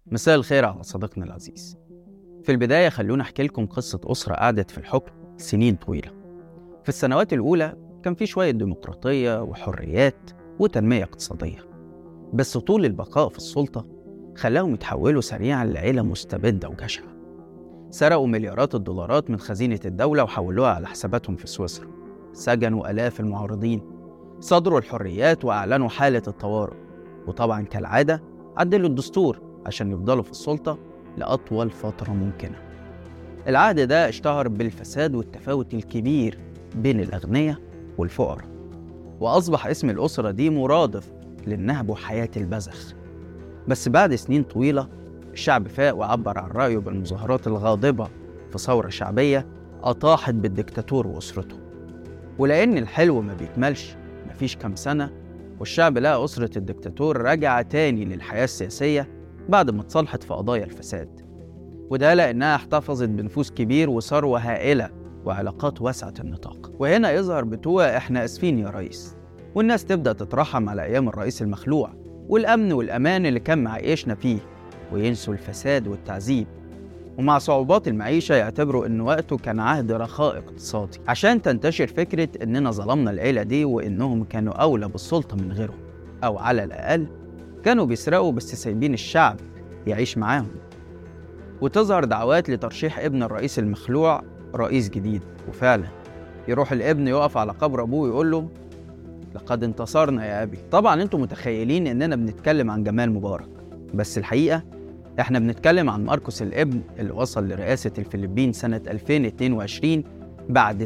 مساء الخير على صديقنا العزيز. في البداية خلونا أحكي لكم قصة أسرة قعدت في الحكم سنين طويلة. في السنوات الأولى كان في شوية ديمقراطية وحريات وتنمية اقتصادية، بس طول البقاء في السلطة خلاهم يتحولوا سريعا لعيلة مستبدة وجشعة. سرقوا مليارات الدولارات من خزينة الدولة وحولوها على حساباتهم في سويسرا، سجنوا آلاف المعارضين، صدروا الحريات وأعلنوا حالة الطوارئ، وطبعا كالعادة عدلوا الدستور عشان يفضلوا في السلطة لأطول فترة ممكنة. العهد ده اشتهر بالفساد والتفاوت الكبير بين الأغنياء والفقراء، وأصبح اسم الأسرة دي مرادف للنهب وحياة البذخ. بس بعد سنين طويلة الشعب فاق وعبر عن رأيه بالمظاهرات الغاضبة في ثورة شعبية أطاحت بالدكتاتور وأسرته. ولأن الحلو ما بيكملش، مفيش كام سنة والشعب لقى أسرة الدكتاتور رجع تاني للحياة السياسية بعد ما اتصالحت في قضايا الفساد، وده لأنها احتفظت بنفوذ كبير وثروة هائلة وعلاقات واسعة النطاق. وهنا يظهر بتوع إحنا آسفين يا ريس، والناس تبدأ تترحم على أيام الرئيس المخلوع والأمن والأمان اللي كان معيشنا فيه، وينسوا الفساد والتعذيب. ومع صعوبات المعيشة يعتبروا إن وقته كان عهد رخاء اقتصادي، عشان تنتشر فكرة إننا ظلمنا العيلة دي وإنهم كانوا أولى بالسلطة من غيرهم، أو على الأقل كانوا بيسرقوا بس سايبين الشعب يعيش معاهم. وتظهر دعوات لترشيح ابن الرئيس المخلوع رئيس جديد، وفعلا يروح الابن يقف على قبر أبوه ويقول له لقد انتصرنا يا أبي. طبعا انتم متخيلين إننا بنتكلم عن جمال مبارك، بس الحقيقة احنا بنتكلم عن ماركوس الابن اللي وصل لرئاسة الفلبين سنة 2022 بعد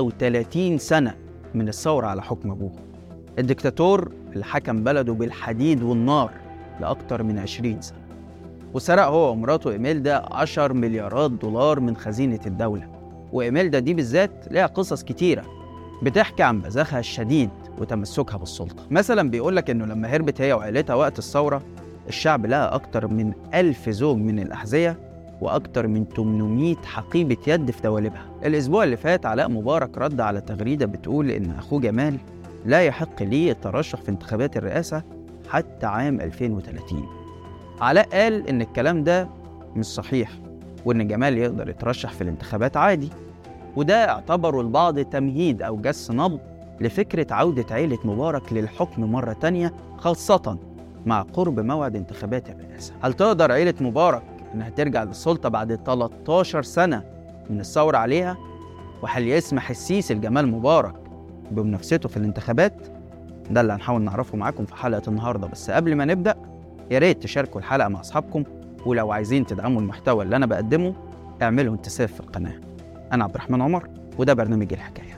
36 سنة من الثورة على حكم أبوه، الدكتاتور اللي حكم بلده بالحديد والنار لأكتر من 20 سنة، وسرق هو ومراته إيميلدا 10 مليارات دولار من خزينة الدولة. وإيميلدا دي بالذات لها قصص كتيرة بتحكي عن بذخها الشديد وتمسكها بالسلطة. مثلا بيقولك إنه لما هربت هي وعائلتها وقت الثورة، الشعب لقى أكتر من 1000 زوج من الأحذية وأكتر من 800 حقيبة يد في دواليبها. الأسبوع اللي فات علاء مبارك رد على تغريدة بتقول إن أخوه جمال لا يحق ليه الترشح في انتخابات الرئاسة حتى عام 2030. علاء قال إن الكلام ده مش صحيح، وإن جمال يقدر يترشح في الانتخابات عادي، وده اعتبره البعض تمهيد أو جس نبض لفكرة عودة عيلة مبارك للحكم مرة تانية، خاصة مع قرب موعد انتخابات الرئاسة. هل تقدر عيلة مبارك إنها ترجع للسلطة بعد 13 سنة من الثورة عليها؟ وهل يسمح السيسي لجمال مبارك بمنافسته في الانتخابات؟ ده اللي هنحاول نعرفه معاكم في حلقة النهاردة. بس قبل ما نبدأ يا ريت تشاركوا الحلقة مع أصحابكم، ولو عايزين تدعموا المحتوى اللي أنا بقدمه اعملوا انتساب في القناة. أنا عبد الرحمن عمر وده برنامج الحكاية.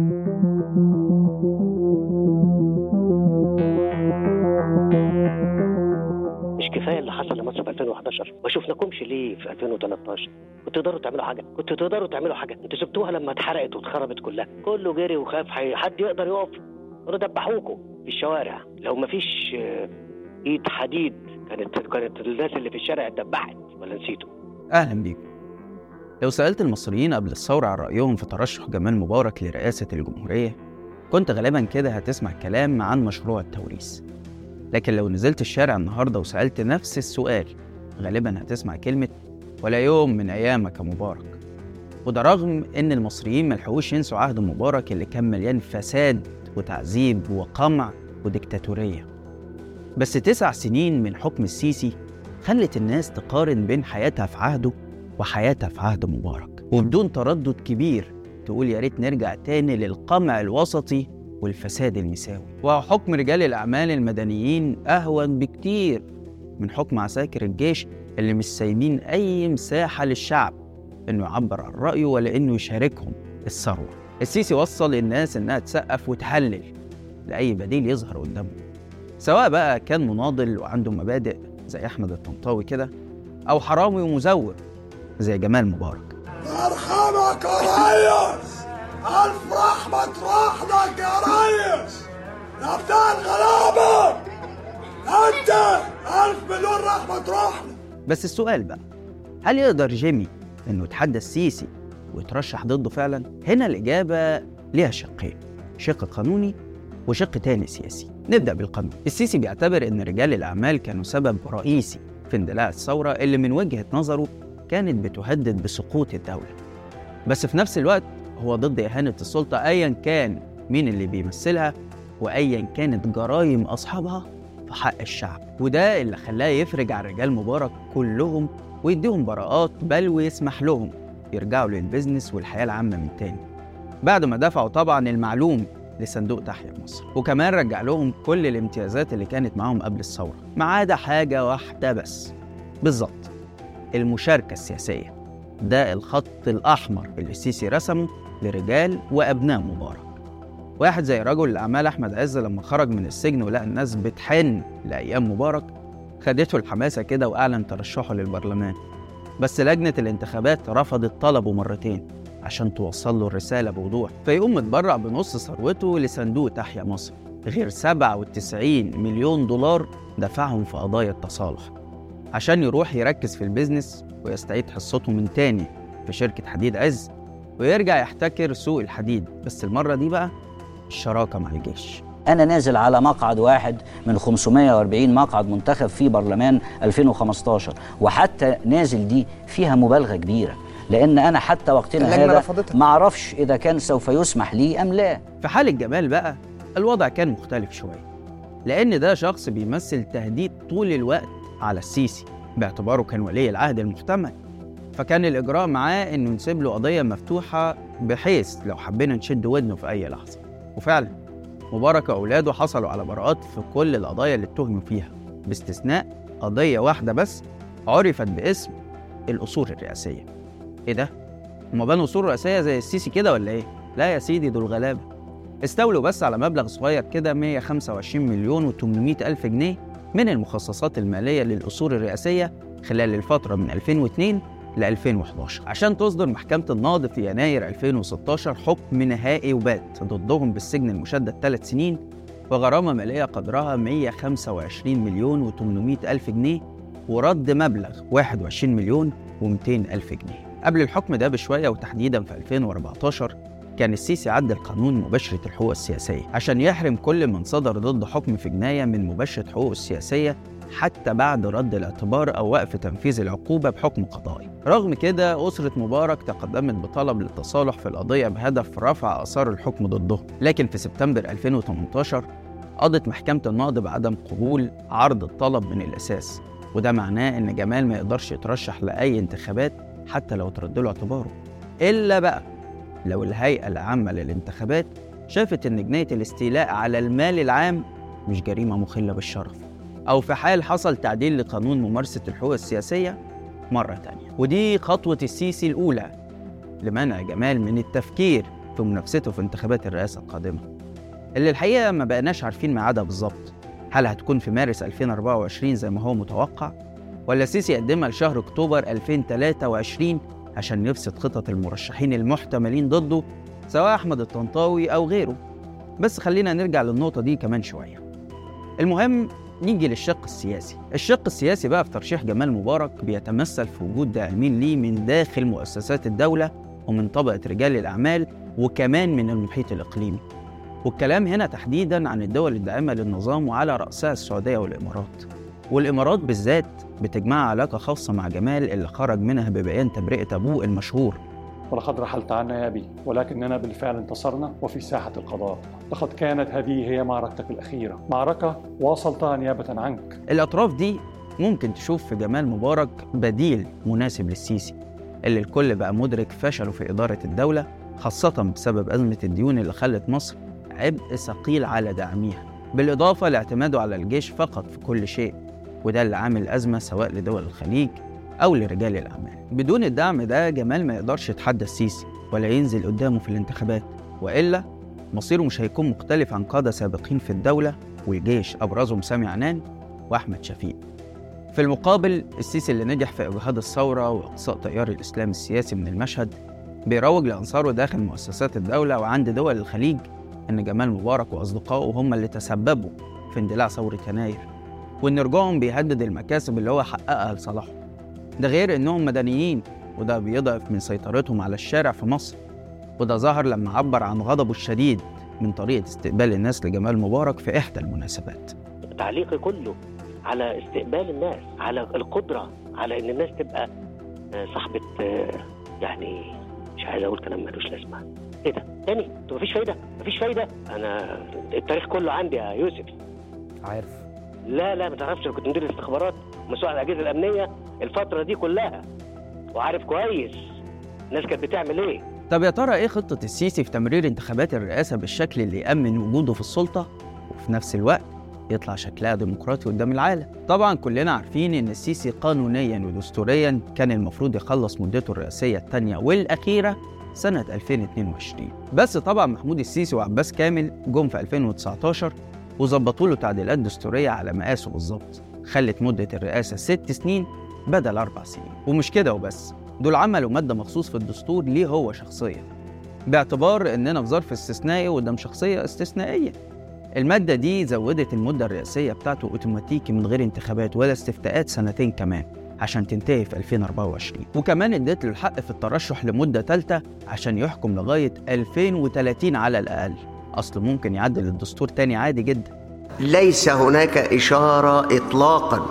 مش كفايه اللي حصل لمصر في 2011؟ ما شفناكمش ليه في 2013؟ كنتوا تقدروا تعملوا حاجه، انتوا سبتوها لما اتحرقت واتخربت كلها، كله جري وخاف حد يقدر يقف، كانوا دبحوكوا في الشوارع. لو ما فيش ايد حديد كانت الناس اللي في الشارع اتدبحت، ولا نسيتوا؟ أهلا بيكم. لو سألت المصريين قبل الثورة عن رأيهم في ترشح جمال مبارك لرئاسة الجمهورية، كنت غالبا كده هتسمع كلام عن مشروع التوريث. لكن لو نزلت الشارع النهاردة وسألت نفس السؤال، غالبا هتسمع كلمة ولا يوم من أيامك يا مبارك. وده رغم إن المصريين ملحقوش ينسوا عهد مبارك اللي كان مليان فساد وتعذيب وقمع وديكتاتورية. بس 9 سنين من حكم السيسي خلت الناس تقارن بين حياتها في عهده وحياتها في عهد مبارك، وبدون تردد كبير تقول يا ريت نرجع تاني للقمع الوسطي والفساد المساوي. وحكم رجال الأعمال المدنيين أهون بكتير من حكم عساكر الجيش اللي مش سايبين أي مساحة للشعب إنه يعبر عن رأيه ولا إنه يشاركهم الثروة. السيسي وصل الناس إنها تسقف وتهلل لأي بديل يظهر قدامه، سواء بقى كان مناضل وعنده مبادئ زي أحمد الطنطاوي كده، أو حرامي ومزور زي جمال مبارك. مرحبك يا ريس، ألف رحمة رحمك يا ريس يا بتاع الغلابة، أنت 1000 مليون رحمة رحمة. بس السؤال بقى، هل يقدر جيمي إنه يتحدى السيسي ويترشح ضده فعلا؟ هنا الإجابة ليها شقين، شق قانوني وشق تاني سياسي. نبدأ بالقانون. السيسي بيعتبر إن رجال الأعمال كانوا سبب رئيسي في اندلاع الثورة اللي من وجهة نظره كانت بتهدد بسقوط الدولة، بس في نفس الوقت هو ضد إهانة السلطة أيا كان مين اللي بيمثلها وأيا كانت جرائم أصحابها في حق الشعب. وده اللي خلاه يفرج على رجال مبارك كلهم ويديهم براءات، بل ويسمح لهم يرجعوا للبزنس والحياة العامة من تاني، بعد ما دفعوا طبعا المعلوم لصندوق تحيا مصر، وكمان رجع لهم كل الامتيازات اللي كانت معاهم قبل الثورة، ما عدا حاجة واحدة بس بالظبط، المشاركة السياسية. ده الخط الأحمر اللي السيسي رسمه لرجال وأبناء مبارك. واحد زي رجل الأعمال أحمد عز لما خرج من السجن ولقى الناس بتحن لأيام مبارك خدته الحماسة كده وأعلن ترشحه للبرلمان، بس لجنة الانتخابات رفضت طلبه مرتين عشان توصل له الرسالة بوضوح، فيقوم متبرع بنص ثروته لصندوق تحيا مصر، غير 97 مليون دولار دفعهم في قضايا التصالح عشان يروح يركز في البيزنس ويستعيد حصته من تاني في شركة حديد عز ويرجع يحتكر سوق الحديد، بس المرة دي بقى الشراكة مع الجيش. أنا نازل على مقعد واحد من 540 مقعد منتخب في برلمان 2015، وحتى نازل دي فيها مبالغة كبيرة، لأن أنا حتى وقتنا هذا ما أعرفش إذا كان سوف يسمح لي أم لا. في حال الجمال بقى الوضع كان مختلف شوية، لأن ده شخص بيمثل تهديد طول الوقت على السيسي باعتباره كان ولي العهد المحتمل، فكان الإجراء معاه إنه نسيب له قضية مفتوحة بحيث لو حبينا نشد ودنه في أي لحظة. وفعلا مبارك وأولاده حصلوا على براءات في كل القضايا اللي اتهموا فيها باستثناء قضية واحدة بس عرفت باسم الأصول الرئاسية. إيه ده؟ هما بنوا أصول رئاسية زي السيسي كده ولا إيه؟ لا يا سيدي، دول غلابة، استولوا بس على مبلغ صغير كده 125 مليون و800 ألف جنيه من المخصصات المالية للأصول الرئاسية خلال الفترة من 2002 ل 2011 عشان تصدر محكمة النقض في يناير 2016 حكم نهائي وبات ضدهم بالسجن المشدد 3 سنين وغرامة مالية قدرها 125 مليون و800 ألف جنيه ورد مبلغ 21 مليون و200 ألف جنيه. قبل الحكم ده بشوية وتحديدا في 2014 كان السيسي عدل قانون مباشرة الحقوق السياسية عشان يحرم كل من صدر ضد حكم في جناية من مباشرة حقوقه السياسية حتى بعد رد الاعتبار أو وقف تنفيذ العقوبة بحكم قضائي. رغم كده أسرة مبارك تقدمت بطلب للتصالح في القضية بهدف رفع آثار الحكم ضدهم، لكن في سبتمبر 2018 قضت محكمة النقض بعدم قبول عرض الطلب من الأساس، وده معناه إن جمال ما يقدرش يترشح لأي انتخابات حتى لو ترد له اعتباره، إلا بقى لو الهيئة العامة للانتخابات شافت إن جناية الاستيلاء على المال العام مش جريمة مخلة بالشرف، أو في حال حصل تعديل لقانون ممارسة الحقوق السياسية مرة تانية. ودي خطوة السيسي الأولى لمنع جمال من التفكير في منافسته في انتخابات الرئاسة القادمة، اللي الحقيقة ما بقناش عارفين ميعادها بالظبط، هل هتكون في مارس 2024 زي ما هو متوقع، ولا السيسي يقدمها لشهر أكتوبر 2023 عشان يفسد خطط المرشحين المحتملين ضده سواء أحمد الطنطاوي أو غيره. بس خلينا نرجع للنقطة دي كمان شوية. المهم نيجي للشق السياسي. الشق السياسي بقى في ترشيح جمال مبارك بيتمثل في وجود داعمين ليه من داخل مؤسسات الدولة ومن طبقة رجال الأعمال وكمان من المحيط الإقليمي، والكلام هنا تحديداً عن الدول الداعمة للنظام وعلى رأسها السعودية والإمارات. والإمارات بالذات بتجمع علاقة خاصة مع جمال اللي خرج منها ببيان تبرئة أبوه المشهور: ولقد رحلت عنا يا أبي ولكننا بالفعل انتصرنا وفي ساحة القضاء. لقد كانت هذه هي معركتك الأخيرة، معركة واصلتها نيابة عنك. الأطراف دي ممكن تشوف في جمال مبارك بديل مناسب للسيسي اللي الكل بقى مدرك فشله في إدارة الدولة، خاصة بسبب أزمة الديون اللي خلت مصر عبء ثقيل على داعميها، بالإضافة لاعتماده على الجيش فقط في كل شيء، وده اللي عامل أزمة سواء لدول الخليج أو لرجال الأعمال. بدون الدعم ده جمال ما يقدرش يتحدى السيسي ولا ينزل قدامه في الانتخابات، وإلا مصيره مش هيكون مختلف عن قادة سابقين في الدولة والجيش أبرزهم سامي عنان وأحمد شفيق. في المقابل السيسي اللي نجح في إجهاض الثورة وإقصاء تيار الإسلام السياسي من المشهد بيروج لأنصاره داخل مؤسسات الدولة وعند دول الخليج إن جمال مبارك وأصدقائه هم اللي تسببوا في اندلاع ثورة يناير، وإن رجوعهم بيهدد المكاسب اللي هو حققها لصالحهم. ده غير إنهم مدنيين وده بيضعف من سيطرتهم على الشارع في مصر، وده ظهر لما عبر عن غضبه الشديد من طريقة استقبال الناس لجمال مبارك في إحدى المناسبات. تعليقي كله على استقبال الناس، على القدرة على ان الناس تبقى صاحبة يعني مش عايز اقول كلام مالوش لازمة. ايه ده تاني؟ انتوا مفيش فايدة. انا التاريخ كله عندي يا يوسف. عارف؟ لا ما تعرفش، انا كنت مدير الاستخبارات مسؤول عن الاجهزة الامنية الفترة دي كلها، وعارف كويس الناس كانت بتعمل ايه. طب يا ترى ايه خطة السيسي في تمرير انتخابات الرئاسة بالشكل اللي يأمن وجوده في السلطة وفي نفس الوقت يطلع شكلها ديمقراطي قدام العالم؟ طبعا كلنا عارفين ان السيسي قانونيا ودستوريا كان المفروض يخلص مدته الرئاسية الثانية والأخيرة سنة 2022، بس طبعا محمود السيسي وعباس كامل جم في 2019 وظبطوا له تعديلات دستورية على مقاسه بالظبط، خلت مدة الرئاسة 6 سنين بدل 4 سنين. ومش كده وبس، دول عملوا مادة مخصوص في الدستور ليه هو شخصيا، باعتبار اننا في ظرف استثنائي وقدام شخصية استثنائية. المادة دي زودت المدة الرئاسية بتاعته اوتوماتيكي من غير انتخابات ولا استفتاءات 2 سنين كمان عشان تنتهي في 2024، وكمان ادت له الحق في الترشح لمدة 3 عشان يحكم لغاية 2030 على الأقل. أصله ممكن يعدل الدستور تاني عادي جدا. ليس هناك إشارة إطلاقا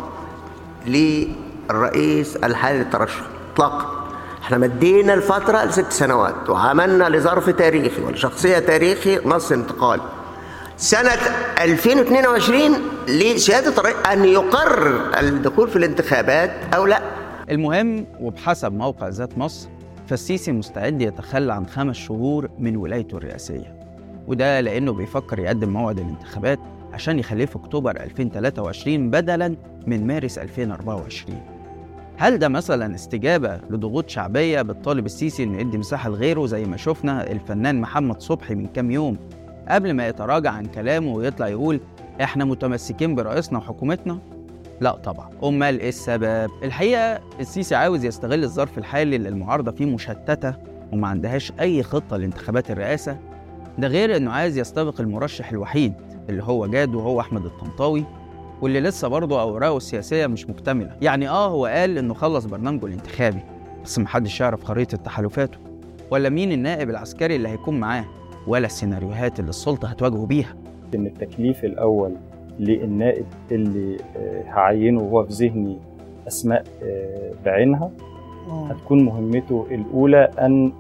للرئيس الحالي للترشح إطلاقا. احنا مدينا الفترة ل6 سنوات وعملنا لظرف تاريخي ولشخصية تاريخي نص انتقالي سنة 2022 لسيادة الرئيس أن يقرر الدخول في الانتخابات أو لا. المهم وبحسب موقع ذات مصر فالسيسي مستعد يتخلى عن 5 شهور من ولايته الرئاسية، وده لأنه بيفكر يقدم موعد الانتخابات عشان يخليه في أكتوبر 2023 بدلاً من مارس 2024. هل ده مثلاً استجابة لضغوط شعبية بتطالب السيسي إنه يدي مساحة لغيره زي ما شفنا الفنان محمد صبحي من كام يوم قبل ما يتراجع عن كلامه ويطلع يقول إحنا متمسكين برئيسنا وحكومتنا؟ لا طبعا. أمال إيه السبب؟ الحقيقة السيسي عاوز يستغل الظرف الحالي اللي المعارضة فيه مشتتة وما عندهاش أي خطة لانتخابات الرئاسة، ده غير إنه عايز يستبق المرشح الوحيد اللي هو جاد وهو أحمد الطنطاوي، واللي لسه برضه أوراقه السياسية مش مكتملة. يعني هو قال إنه خلص برنامجه الانتخابي بس محدش يعرف خريطة تحالفاته ولا مين النائب العسكري اللي هيكون معاه ولا السيناريوهات اللي السلطة هتواجهه بيها. إن التكليف الأول للنائب اللي هعينه وهو في ذهني أسماء بعينها هتكون مهمته الأولى أن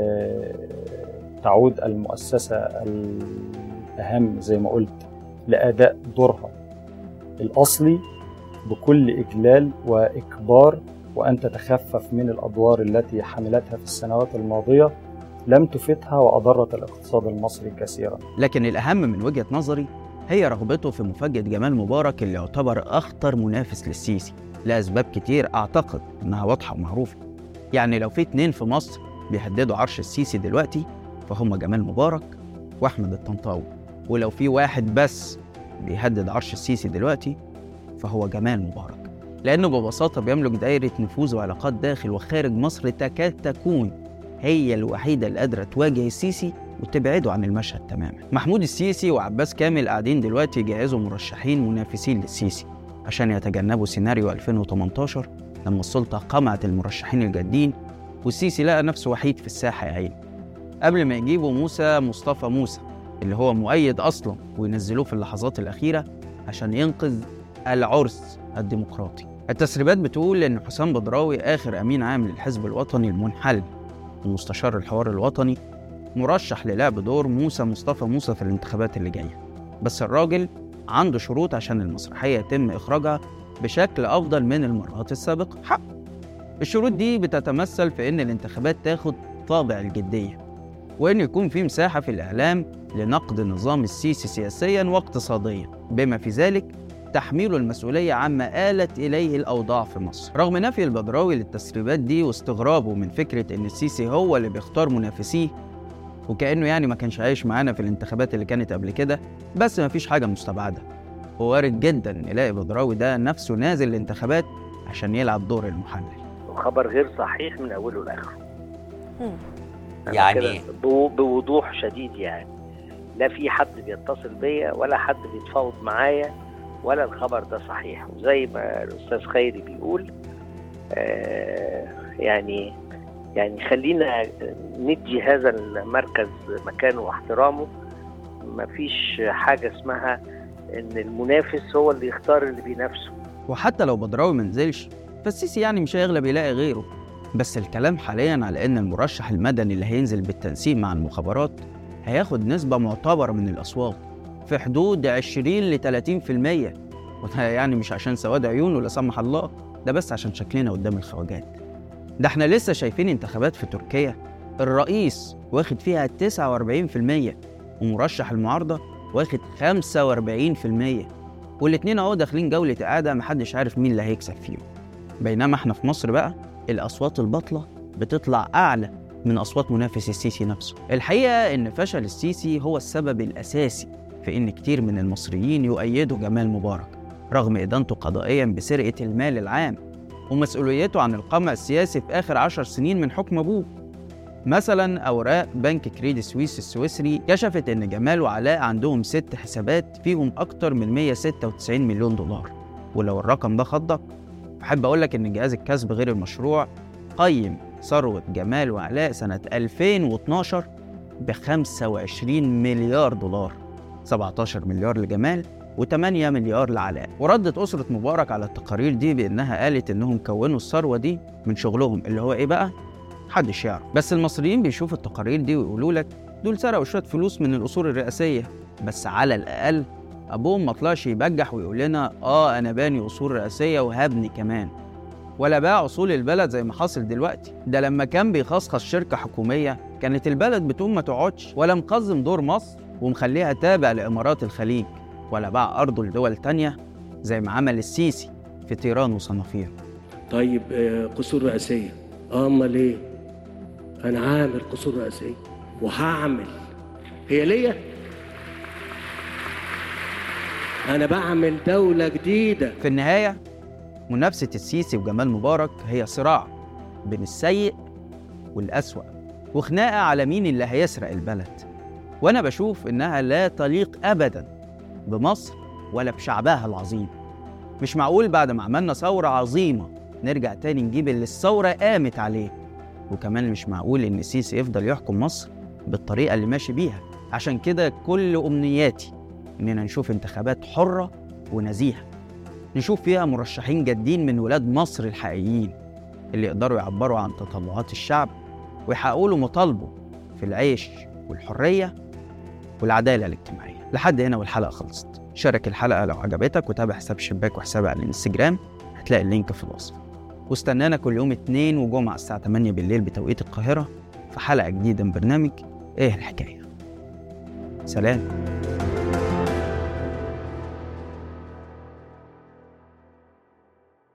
تعود المؤسسة الأهم زي ما قلت لأداء دورها الأصلي بكل إجلال وإكبار، وأن تتخفف من الأدوار التي حملتها في السنوات الماضية لم تفيدها وأضرت الاقتصاد المصري كثيرا. لكن الأهم من وجهة نظري هي رغبته في مفاجأة جمال مبارك اللي يعتبر أخطر منافس للسيسي لأسباب كتير أعتقد إنها واضحة ومعروفة. يعني لو في 2 في مصر بيهددوا عرش السيسي دلوقتي فهم جمال مبارك وأحمد الطنطاوي، ولو في 1 بس بيهدد عرش السيسي دلوقتي فهو جمال مبارك، لأنه ببساطة بيملك دائرة نفوذ وعلاقات داخل وخارج مصر تكاد تكون هي الوحيدة اللي قادرة تواجه السيسي وتبعده عن المشهد تماما. محمود السيسي وعباس كامل قاعدين دلوقتي يجهزوا مرشحين منافسين للسيسي عشان يتجنبوا سيناريو 2018 لما السلطة قمعت المرشحين الجادين والسيسي لقى نفسه وحيد في الساحة يا عيني، قبل ما يجيبوا مصطفى موسى اللي هو مؤيد أصلا وينزلوه في اللحظات الأخيرة عشان ينقذ العرس الديمقراطي. التسريبات بتقول إن حسام بدراوي آخر أمين عام للحزب الوطني المنحل ومستشار الحوار الوطني مرشح للعب دور مصطفى موسى في الانتخابات اللي جاية، بس الراجل عنده شروط عشان المسرحية يتم إخراجها بشكل أفضل من المرات السابقة. حق. الشروط دي بتتمثل في إن الانتخابات تاخد طابع الجدية، وإن يكون في مساحة في الإعلام لنقد نظام السيسي سياسياً واقتصادياً، بما في ذلك تحميل المسؤولية عما آلت إليه الأوضاع في مصر. رغم نفي البدراوي للتسريبات دي واستغرابه من فكرة إن السيسي هو اللي بيختار منافسيه وكأنه يعني ما كانش عايش معانا في الانتخابات اللي كانت قبل كده، بس ما فيش حاجة مستبعدة، ووارد جدا نلاقي بدراوي ده نفسه نازل الانتخابات عشان يلعب دور المحلل. خبر غير صحيح من أوله لآخره. يعني بوضوح شديد، يعني لا في حد بيتصل بيا ولا حد بيتفاوض معايا ولا الخبر ده صحيح. وزي ما الأستاذ خيري بيقول يعني خلينا ندي هذا المركز مكانه واحترامه. مفيش حاجة اسمها ان المنافس هو اللي يختار اللي بينافسه. وحتى لو بدراوي منزلش فالسيسي يعني مش هيغلب يلاقي غيره. بس الكلام حاليا على ان المرشح المدني اللي هينزل بالتنسيق مع المخابرات هياخد نسبة معتبرة من الأصوات في حدود 20 ل 30%. وده يعني مش عشان سواد عيون ولا سمح الله، ده بس عشان شكلنا قدام الخواجات. ده احنا لسه شايفين انتخابات في تركيا الرئيس واخد فيها 49% ومرشح المعارضة واخد 45%، والاتنين اهو داخلين جولة إعادة محدش عارف مين اللي هيكسب فيهم. بينما احنا في مصر بقى الأصوات الباطلة بتطلع أعلى من أصوات منافس السيسي نفسه. الحقيقة إن فشل السيسي هو السبب الأساسي في إن كتير من المصريين يؤيدوا جمال مبارك رغم إدانته قضائياً بسرقة المال العام ومسؤوليته عن القمع السياسي في آخر 10 سنين من حكم أبوه. مثلاً أوراق بنك كريدي سويس السويسري كشفت إن جمال وعلاء عندهم 6 حسابات فيهم أكتر من 196 مليون دولار. ولو الرقم ده خضك أحب أقولك إن جهاز الكسب غير المشروع قيم ثروة جمال وعلاء سنة 2012 ب 25 مليار دولار، 17 مليار لجمال و8 مليار لعلاء. وردت أسرة مبارك على التقارير دي بأنها قالت إنهم كونوا الثروة دي من شغلهم اللي هو إيه بقى؟ محدش يعرف. بس المصريين بيشوفوا التقارير دي ويقولوا لك دول سرقوا شوية فلوس من الأصول الرئاسية، بس على الأقل أبوهم ما طلعش يبجح ويقول لنا أنا باني أصول رئاسية وهبني كمان، ولا باع أصول البلد زي ما حاصل دلوقتي. ده لما كان بيخصخص شركة حكومية كانت البلد بتقوم ما تقعدش، ولا مقزم دور مصر ومخليها تابع لإمارات الخليج، ولا باع أرضه لدول تانية زي ما عمل السيسي في تيران وصنافير. طيب قصور رئاسية، أمال إيه؟ أنا عامل قصور رئاسية وهعمل، هي ليا؟ أنا بعمل دولة جديدة. في النهاية منافسة السيسي وجمال مبارك هي صراع بين السيء والأسوأ، وخناقة على مين اللي هيسرق البلد. وأنا بشوف إنها لا تليق أبداً بمصر ولا بشعبها العظيم. مش معقول بعد ما عملنا ثورة عظيمة نرجع تاني نجيب اللي الثورة قامت عليه. وكمان مش معقول إن السيسي يفضل يحكم مصر بالطريقة اللي ماشي بيها. عشان كده كل أمنياتي إننا نشوف انتخابات حرة ونزيهة، نشوف فيها مرشحين جادين من ولاد مصر الحقيقيين اللي يقدروا يعبروا عن تطلعات الشعب ويحققوا له مطالبه في العيش والحرية والعدالة الاجتماعية. لحد هنا والحلقة خلصت. شارك الحلقة لو عجبتك وتابع حساب شباك وحسابي على الانستجرام، هتلاقي اللينك في الوصف. واستنانا كل يوم 2 وجمعة الساعة 8 بالليل بتوقيت القاهرة في حلقة جديدة من برنامج إيه الحكاية. سلام.